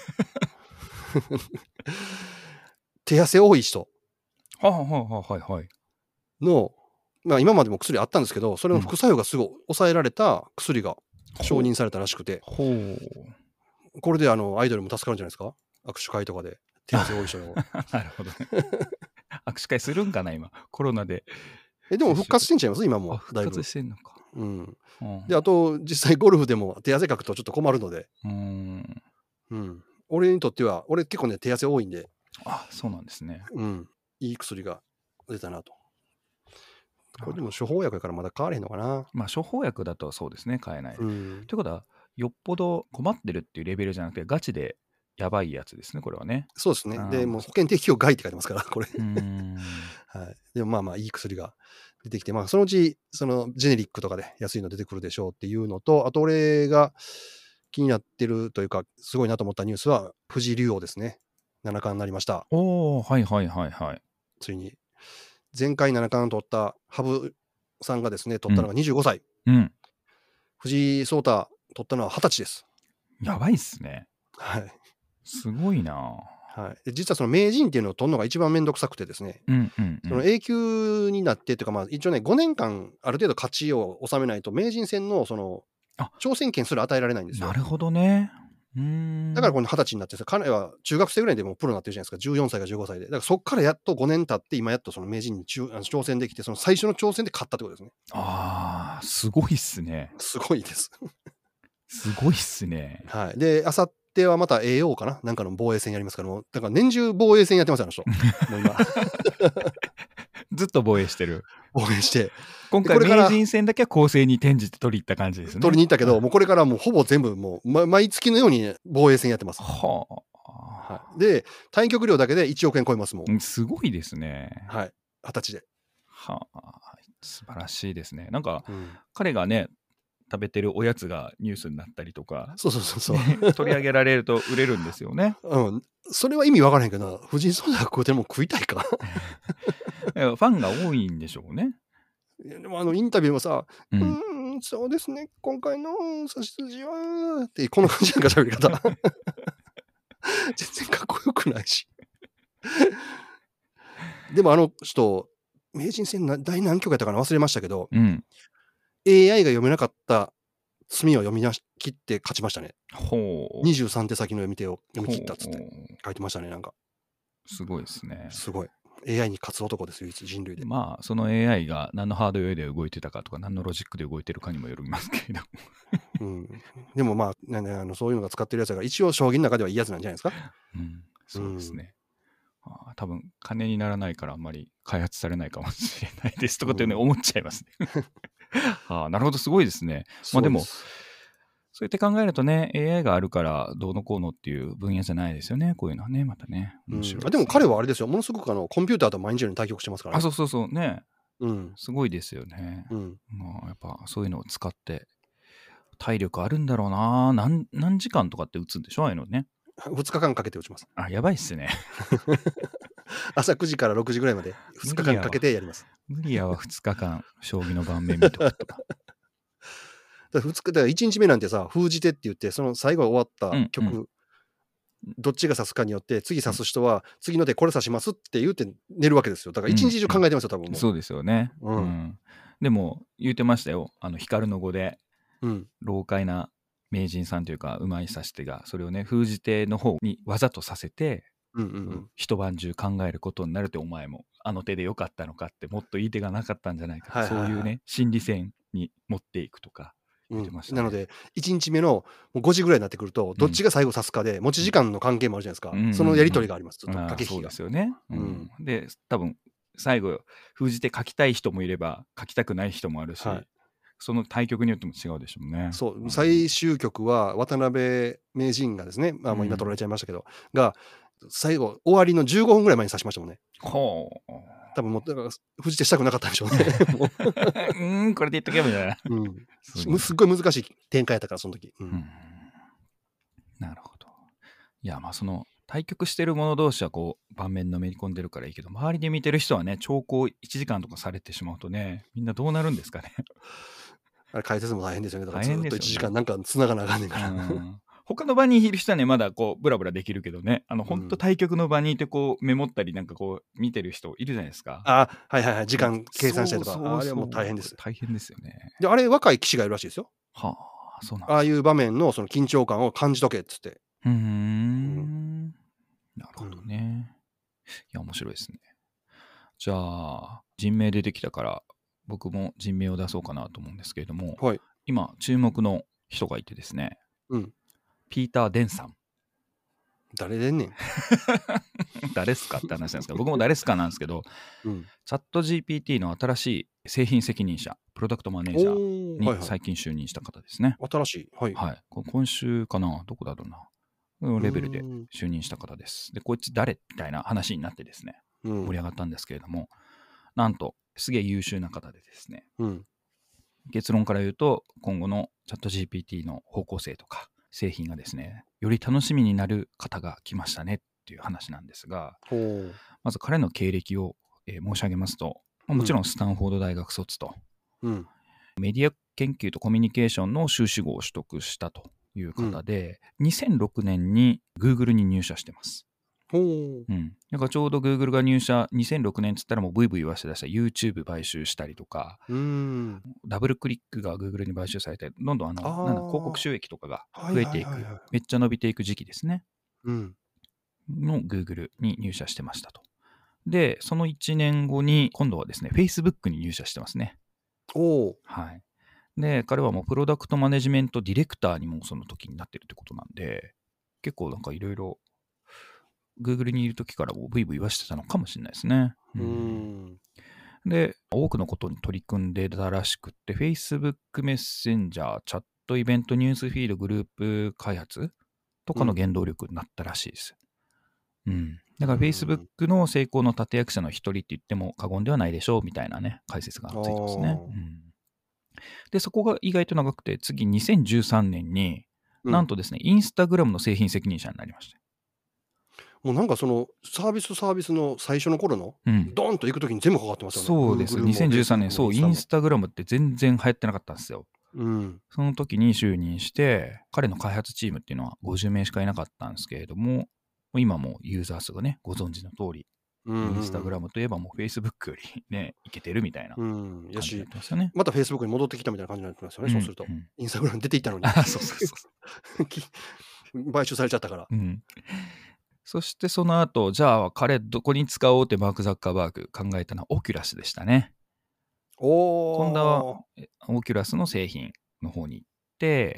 手汗多い人の、まあ今までも薬あったんですけど、それの副作用がすごい抑えられた薬が承認されたらしくて、これでアイドルも助かるんじゃないですか？握手会とかで手汗多い人の。 なるほど。握手会するんかな今コロナで。 でも復活してんちゃいます今も。 復活してんのか。 で、あと実際ゴルフでも手汗かくとちょっと困るので。俺にとっては、俺結構ね手汗多いんで。 そうなんですね。 いい薬が出たなと。これでも処方薬やからまだ買われへんのかな。 まあ処方薬だとそうですね、買えない。ということは、よっぽど困ってるっていうレベルじゃなくて、ガチでやばいやつですね、これはね。 そうですね。で、もう保険適用外って書いてますから、これ。でもまあいい薬が出てきて、そのうち、そのジェネリックとかで安いの出てくるでしょうっていうのと、あと俺が気になってるというか、すごいなと思ったニュースは、藤井竜王ですね。七冠になりました。ついに。前回七冠取った羽生さんがですね、取ったのが25歳。藤井聡太取ったのは20歳です。 やばいっすね。すごいな。 で実はその名人っていうのを取るのが一番めんどくさくてですね、その A 級になってというか、一応ね、5年間ある程度勝ちを収めないと、名人戦のその挑戦権すら与えられないんですよ。 なるほどね。 だからこの20歳になってさ、彼は中学生ぐらいでもプロになってるじゃないですか。14歳か15歳で。だからそこからやっと5年経って、今やっとその名人に挑戦できて、その最初の挑戦で勝ったってことですね。 すごいっすね。 すごいです。 すごいっすね。 で、あさってはまた AO かななんかの防衛戦やりますから、もう、だから年中防衛戦やってますよ、あの人。もう今。 ずっと防衛してる。 防衛して。 今回名人戦だけは攻勢に転じて取りに行った感じですね。 取りに行ったけど、もうこれからもうほぼ全部もう、毎月のように防衛戦やってます。で、対局料だけで1億円超えますもん。 すごいですね。 20歳で。 素晴らしいですね。なんか、彼がね、食べてるおやつがニュースになったりとか、取り上げられると売れるんですよね。 それは意味わからへんけどな、藤井聡太が食うても食いたいか。 ファンが多いんでしょうね。 でもインタビューもさ、そうですね、今回の指し筋は、ってこの感じなんか喋り方。全然かっこよくないし。でもあの人、名人戦第何局やったかな忘れましたけど、AI が読めなかった詰みを読み切って勝ちましたね。23手先の読み手を読み切ったっつって書いてましたね、なんか。 すごいですね。 すごい。AI に勝つ男ですよ、人類で。 まあ、その AI が何のハードウェアで動いてたかとか、何のロジックで動いてるかにもよりますけれど。 でもまあ、そういうのが使ってるやつが一応将棋の中ではいいやつなんじゃないですか。 そうですね。多分金にならないからあんまり開発されないかもしれないですとかってね、思っちゃいますね。なるほど、すごいですね。でもそうやって考えるとね、AI があるからどうのこうのっていう分野じゃないですよね、こういうのはね、またね。面白いですね。 でも彼はあれですよ、ものすごくコンピューターと毎日のように対局してますからね。そうね。すごいですよね。やっぱそういうのを使って体力あるんだろうな。何時間とかって打つんでしょ、ああいうのね。 2日間かけて打ちます。 やばいっすね。 朝9時から6時ぐらいまで2日間かけてやります。 無理やわ、2日間、将棋の盤面見とくとか。 だから1日目なんてさ、封じ手って言って、その最後終わった曲、どっちが指すかによって、次指す人は次の手これ指しますって言って寝るわけですよ。だから一日中考えてますよ、多分。 そうですよね。でも言ってましたよ、光の碁で、老快な名人さんというか、うまい指し手が、それをね、封じ手の方にわざとさせて、一晩中考えることになるって、お前もあの手でよかったのかって、もっといい手がなかったんじゃないか、そういうね、心理戦に持っていくとか。 なので1日目の5時ぐらいになってくると、どっちが最後指すかで持ち時間の関係もあるじゃないですか。そのやり取りがあります。ずっと駆け引きが。 そうですよね。で多分最後封じて書きたい人もいれば書きたくない人もあるし、はい、その対局によっても違うでしょうね。 そう、最終局は渡辺名人がですね、もう今取られちゃいましたけど、が最後終わりの15分ぐらい前に指しましたもんね。 ほう。 多分もうだから封じ手したくなかったんでしょうね。 これで言っとけばいいんだな。 すっごい難しい展開やったからその時。 なるほど。いやその対局してる者同士はこう盤面のめり込んでるからいいけど、周りで見てる人はね、長考1時間とかされてしまうとね、みんなどうなるんですかね。 あれ解説も大変ですよね。だからずっと1時間なんか繋がなあかんねんから。 他の場にいる人はね、まだこうブラブラできるけどね、本当対局の場にいてこうメモったりなんかこう見てる人いるじゃないですか。 はい。時間計算したりとか、あれはもう大変です。 大変ですよね。 で、あれ若い棋士がいるらしいですよ。 はあ、そうなんです。 ああいう場面のその緊張感を感じとけっつって。 なるほどね。いや、面白いですね。じゃあ、人名出てきたから、僕も人名を出そうかなと思うんですけれども、 はい、 今、注目の人がいてですね、ピーター・デンさん。 誰でんねん。 誰っすかって話なんですけど、僕も誰っすかなんですけど、チャット GPT の新しい製品責任者、プロダクトマネージャーに最近就任した方ですね。 新しい。はい。 今週かな、どこだろうな。レベルで就任した方です。で、こいつ誰みたいな話になってですね、盛り上がったんですけれども、なんと、すげえ優秀な方でですね、結論から言うと、今後のチャット GPT の方向性とか、製品がですね、より楽しみになる方が来ましたねっていう話なんですが、まず彼の経歴を、申し上げますと、もちろんスタンフォード大学卒と、メディア研究とコミュニケーションの修士号を取得したという方で、2006年に Google に入社してます。だからちょうど Google が入社2006年っつったらもうブイブイ言わせて出した YouTube 買収したりとか、ダブルクリックが Google に買収されて、どんどん広告収益とかが増えていく、めっちゃ伸びていく時期ですね。の Google に入社してましたと。で、その1年後に今度はですね、Facebook に入社してますね。はい。で、彼はもうプロダクトマネジメントディレクターにもその時になってるってことなんで、結構なんかいろいろGoogle にいる時からもブイブイ言わしてたのかもしれないですね。で、多くのことに取り組んでたらしくって、Facebook メッセンジャー、チャットイベント、ニュースフィード、グループ開発とかの原動力になったらしいです。だから Facebook の成功の立役者の一人って言っても過言ではないでしょうみたいなね、解説がついてますね。で、そこが意外と長くて、次2013年に、なんとですね、インスタグラムの製品責任者になりました。 もうなんかそのサービスの最初の頃の、ドーンと行くときに全部かかってますよね。 そうです。2013年、そう、インスタグラムって全然流行ってなかったんですよ。その時に就任して、彼の開発チームっていうのは50名しかいなかったんですけれども、今もユーザー数がね、ご存知の通り、インスタグラムといえばもう Facebook よりね、いけてるみたいな感じになってますよね。 また Facebook に戻ってきたみたいな感じになってますよね、そうすると。インスタグラム出ていったのに。そう買収されちゃったから。 そしてその後、じゃあ彼どこに使おうってマーク・ザッカーバーグ考えたのはオキュラスでしたね。今度はオキュラスの製品の方に行って、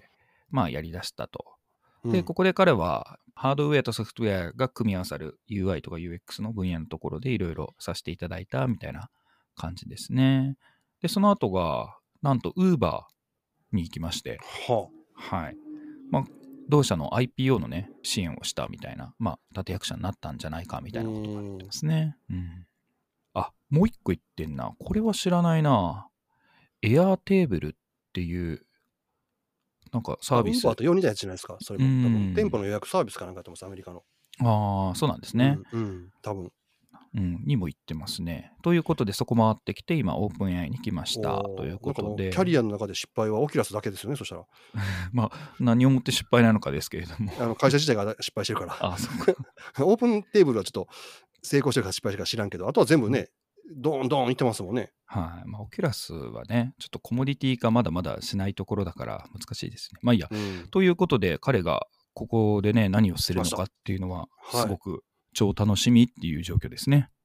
やりだしたと。で、ここで彼はハードウェアとソフトウェアが組み合わさる UI とか UX の分野のところでいろいろさせていただいたみたいな感じですね。で、その後が、なんと Uber に行きまして、はい。同社の IPO のね、支援をしたみたいな、立役者になったんじゃないかみたいなことが言ってますね。もう一個言ってんな。これは知らないな。エアーテーブルっていう、なんかサービス。 Uber と4人のやつじゃないですか。それも多分店舗の予約サービスかなんかやってます、アメリカの。 そうなんですね。 多分。 にも言ってますね。ということで、そこ回ってきて、今、オープン AI に来ましたということで。 キャリアの中で失敗はオキュラスだけですよね、そしたら。 何をもって失敗なのかですけれども。 会社自体が失敗してるから。そうか。オープンテーブルはちょっと成功してるか失敗してるか知らんけど、あとは全部ね、ドーンドーンいってますもんね。 はい。オキュラスはね、ちょっとコモディティ化まだまだしないところだから難しいですね。いいや。ということで、彼がここでね、何をするのかっていうのは、すごく超楽しみっていう状況ですね。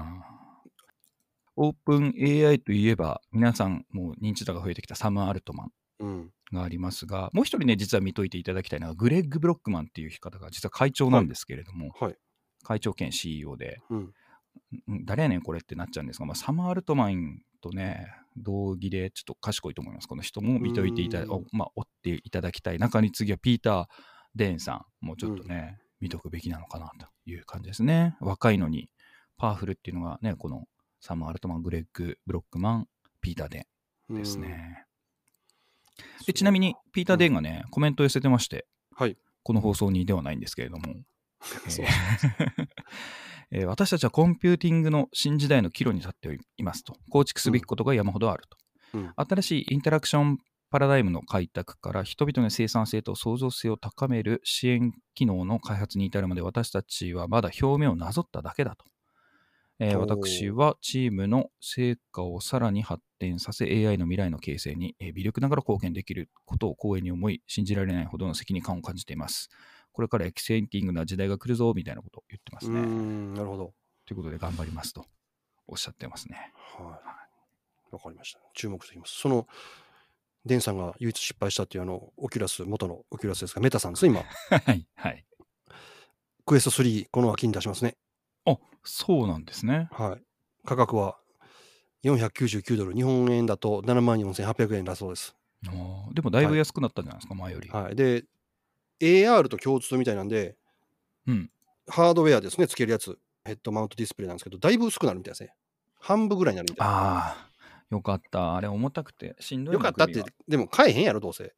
オープン AI といえば、皆さんもう認知度が増えてきたサム・アルトマンがありますが、もう一人ね、実は見といていただきたいのは、グレッグ・ブロックマンっていう方が実は会長なんですけれども、会長兼 CEO で、 誰やねんこれってなっちゃうんですが、サム・アルトマンとね、同義でちょっと賢いと思います。この人も見といて追っていただきたい中に、次はピーター・デーンさんもちょっとね、見とくべきなのかなという感じですね。若いのにパワフルっていうのがね、このサム・アルトマン、グレッグ・ブロックマン、ピーター・デーンですね。でちなみにピーター・デーンがね、コメントを寄せてまして、この放送にではないんですけれども、私たちはコンピューティングの新時代の岐路に立っていますと。構築すべきことが山ほどあると。新しいインタラクションパラダイムの開拓から人々の生産性と創造性を高める支援機能の開発に至るまで、私たちはまだ表面をなぞっただけだと。私はチームの成果をさらに発展させ AI の未来の形成に微力ながら貢献できることを光栄に思い、信じられないほどの責任感を感じています。これからエキセンティングな時代が来るぞみたいなことを言ってますね。 なるほど。 ということで頑張りますとおっしゃってますね。 はい。わかりました。注目しています。そのデンさんが唯一失敗したっていうオキュラス、元のオキュラスですが、メタさんです今。 はいはい。 クエスト3この秋に出しますね。 あ、そうなんですね。 はい。価格は$499、日本円だと74,800円だそうです。 でもだいぶ安くなったんじゃないですか、前より。 はい。で、AR と共通みたいなんで、ハードウェアですね、つけるやつ、ヘッドマウントディスプレイなんですけど、だいぶ薄くなるみたいですね。半分ぐらいになるみたいな。 ああ、よかった。あれ重たくてしんどい。 よかったって、でも買えへんやろ、どうせ。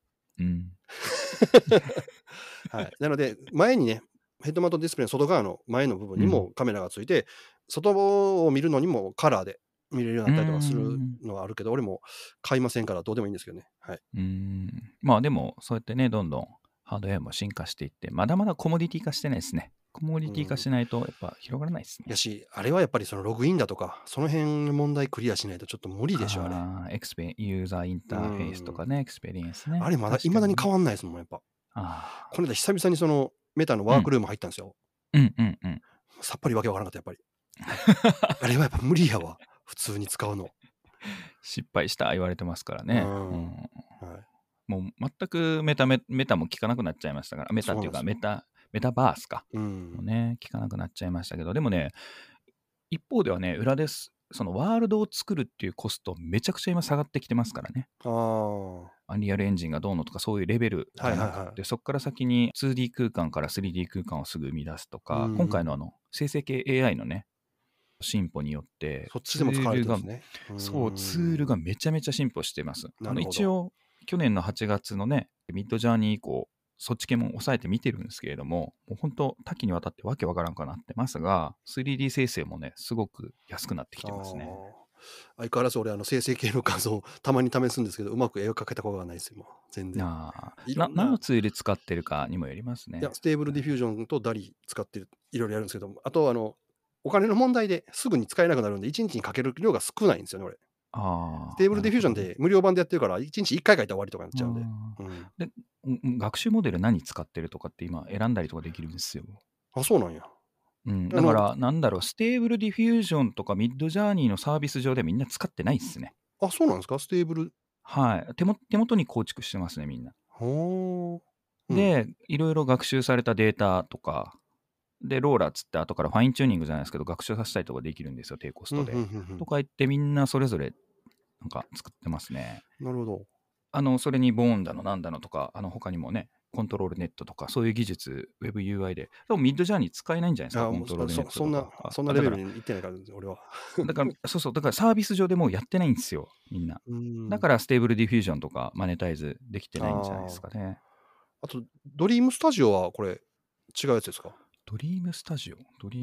はい。なので、前にね、ヘッドマウントディスプレイの外側の前の部分にもカメラがついて、外を見るのにもカラーで見れるようになったりとかするのがあるけど、俺も買いませんからどうでもいいんですけどね。はい。 まあでも、そうやってね、どんどんハードウェアも進化していって、まだまだコモディティ化してないですね。コモディティ化しないとやっぱ広がらないですね。 やし、あれはやっぱりそのログインだとか、その辺の問題クリアしないとちょっと無理でしょ、あれ。 ユーザーインターフェースとかね、エクスペリエンスね。 あれまだ未だに変わんないですもん、やっぱ。この間久々にそのメタのワークルーム入ったんですよ。さっぱりわけわからなかった、やっぱり。あれはやっぱ無理やわ、普通に使うの。 失敗した言われてますからね。もう全くメタも効かなくなっちゃいましたから、メタっていうかメタバースか。もね、効かなくなっちゃいましたけど、でもね、一方ではね、裏です。そのワールドを作るっていうコストめちゃくちゃ今下がってきてますからね。アンリアルエンジンがどうのとかそういうレベルじゃなくて、そこから先に 2D 空間から 3D 空間をすぐ生み出すとか、今回の生成系 AI のね、進歩によって、 そっちでも使われてるんですね。 そう、ツールがめちゃめちゃ進歩してます。一応、去年の8月のね、ミッドジャーニー以降、そっち系も抑えて見てるんですけれども、もう本当多岐にわたってわけわからんくなってますが、3D 生成もね、すごく安くなってきてますね。 相変わらず俺生成系の画像たまに試すんですけど、うまく絵を描けたことがないですよ、全然。 何のツール使ってるかにもよりますね。 いや、ステーブルディフュージョンとダリ使ってる、いろいろやるんですけど、あとお金の問題ですぐに使えなくなるんで、1日にかける量が少ないんですよね、俺。ステーブルディフュージョンで無料版でやってるから、1日1回書いたら終わりとかになっちゃうんで。 で、学習モデル何使ってるとかって今選んだりとかできるんですよ。 あ、そうなんや。 だから、なんだろう、ステーブルディフュージョンとかミッドジャーニーのサービス上でみんな使ってないっすね。 あ、そうなんですか、ステーブル。 はい。手元に構築してますね、みんな。で、いろいろ学習されたデータとか、で、ローラーっつって後からファインチューニングじゃないですけど、学習させたりとかできるんですよ、低コストで。とか言ってみんなそれぞれなんか作ってますね。 なるほど。 それにボーンだのなんだのとか、他にもね、コントロールネットとか、そういう技術、WebUI で、多分ミッドジャーニー使えないんじゃないですか、コントロールネットとか。 そんなレベルに行ってないから、俺は。 だからサービス上でもうやってないんですよ、みんな。だからステーブルディフュージョンとかマネタイズできてないんじゃないですかね。 あと、ドリームスタジオはこれ、違うやつですか？ ドリームスタジオ。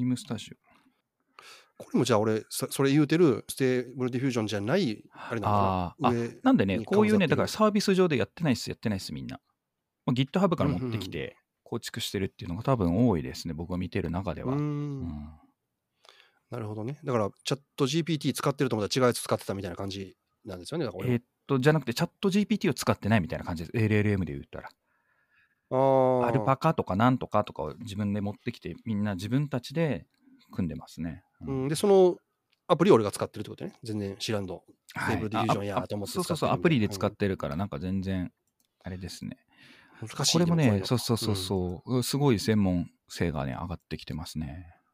これもじゃあ俺、それ言うてるステーブルディフュージョンじゃない、あれなのかな。 なんでね、こういうね、だからサービス上でやってないっす、みんな。GitHub から持ってきて構築してるっていうのが多分多いですね、僕が見てる中では。 なるほどね。だから、チャット GPT 使ってると思ったら違うやつ使ってたみたいな感じなんですよね。だからじゃなくて、チャット GPT を使ってないみたいな感じです。LLM で言ったら。アルパカとかなんとかとかを自分で持ってきて、みんな自分たちで組んでますね。 で、そのアプリを俺が使ってるってことね。全然知らんの。ステーブルディフュージョンやと思って使ってる。 そう、アプリで使ってるから、なんか全然、あれですね。 難しい。 これもね、そう、すごい専門性がね、上がってきてますね。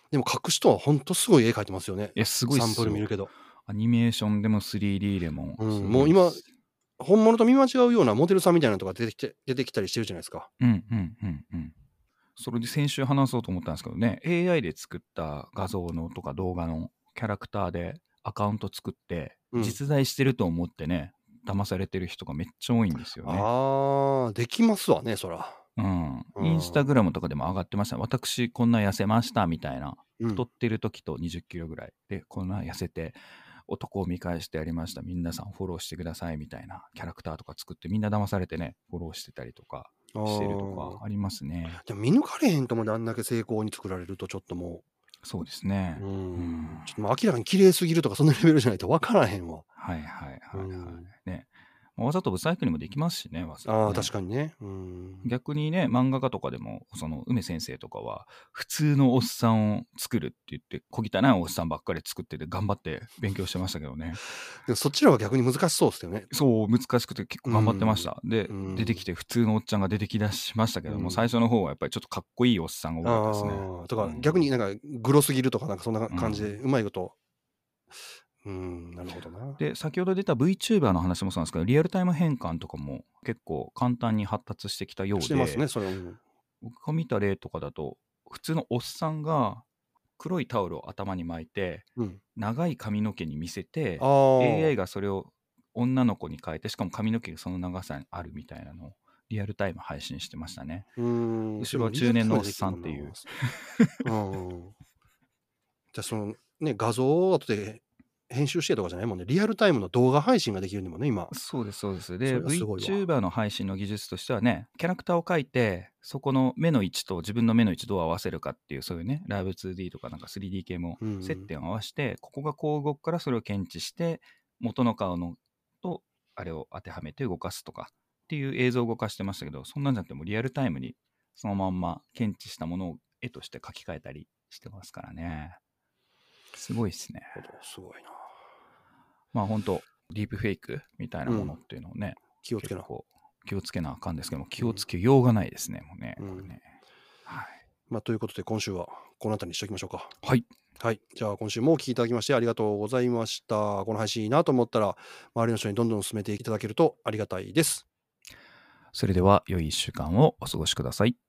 でも描く人は本当すごい絵描いてますよね。 すごいっすよ。 サンプル見るけど。 アニメーションでも 3D でも。 もう今、本物と見間違うようなモデルさんみたいなのとか出てきたりしてるじゃないですか。 それで先週話そうと思ったんですけどね、AI で作った画像のとか動画のキャラクターでアカウント作って、実在してると思ってね、騙されてる人がめっちゃ多いんですよね。 できますわね、そら。 インスタグラムとかでも上がってました。私こんな痩せましたみたいな。太ってる時と20キロぐらいで、こんな痩せて男を見返してやりました。皆さんフォローしてくださいみたいなキャラクターとか作ってみんな騙されてね、フォローしてたりとかしてるとかありますね。 でも見抜かれへんともであんだけ成功に作られるとちょっともう。そうですね。 ちょっともう明らかに綺麗すぎるとかそんなレベルじゃないと分からへんわ。 ね。わざとブサイクにもできますしね、 確かにね。 逆にね、漫画家とかでも、その梅先生とかは、普通のおっさんを作るって言って、小汚いおっさんばっかり作ってて、頑張って勉強してましたけどね。 でもそっちらは逆に難しそうですよね。 そう、難しくて結構頑張ってました。で、出てきて普通のおっちゃんが出てきだしましたけども、最初の方はやっぱりちょっとかっこいいおっさんが多かったですね。 とか、逆になんかグロすぎるとか、なんかそんな感じで、うまいこと。なるほどな。 で、先ほど出た VTuber の話もそうなんですけど、リアルタイム変換とかも結構簡単に発達してきたようで、 してますね、それ。 僕が見た例とかだと、普通のおっさんが黒いタオルを頭に巻いて、長い髪の毛に見せて、AI がそれを女の子に変えて、しかも髪の毛がその長さにあるみたいなのをリアルタイム配信してましたね。後ろは中年のおっさんっていう。 じゃあそのね、画像を後で編集してとかじゃないもんね。リアルタイムの動画配信ができるんだもんね、今。 そうです、そうです。で、VTuber の配信の技術としてはね、キャラクターを描いて、そこの目の位置と自分の目の位置どう合わせるかっていう、そういうね、ライブ 2D とかなんか 3D 系も接点を合わせて、ここがこう動くからそれを検知して、元の顔のとあれを当てはめて動かすとかっていう映像を動かしてましたけど、そんなんじゃなくてもリアルタイムにそのまんま検知したものを絵として書き換えたりしてますからね。すごいですね。 すごいな。 まあ本当ディープフェイクみたいなものっていうのをね、 気をつけなあかんですけども、気をつけようがないですね、もうね。これね。 ということで今週はこの辺りにしておきましょうか。 はい。 じゃあ今週もお聞きいただきましてありがとうございました。この配信いいなと思ったら、周りの人にどんどん進めていただけるとありがたいです。 それでは良い1週間をお過ごしください。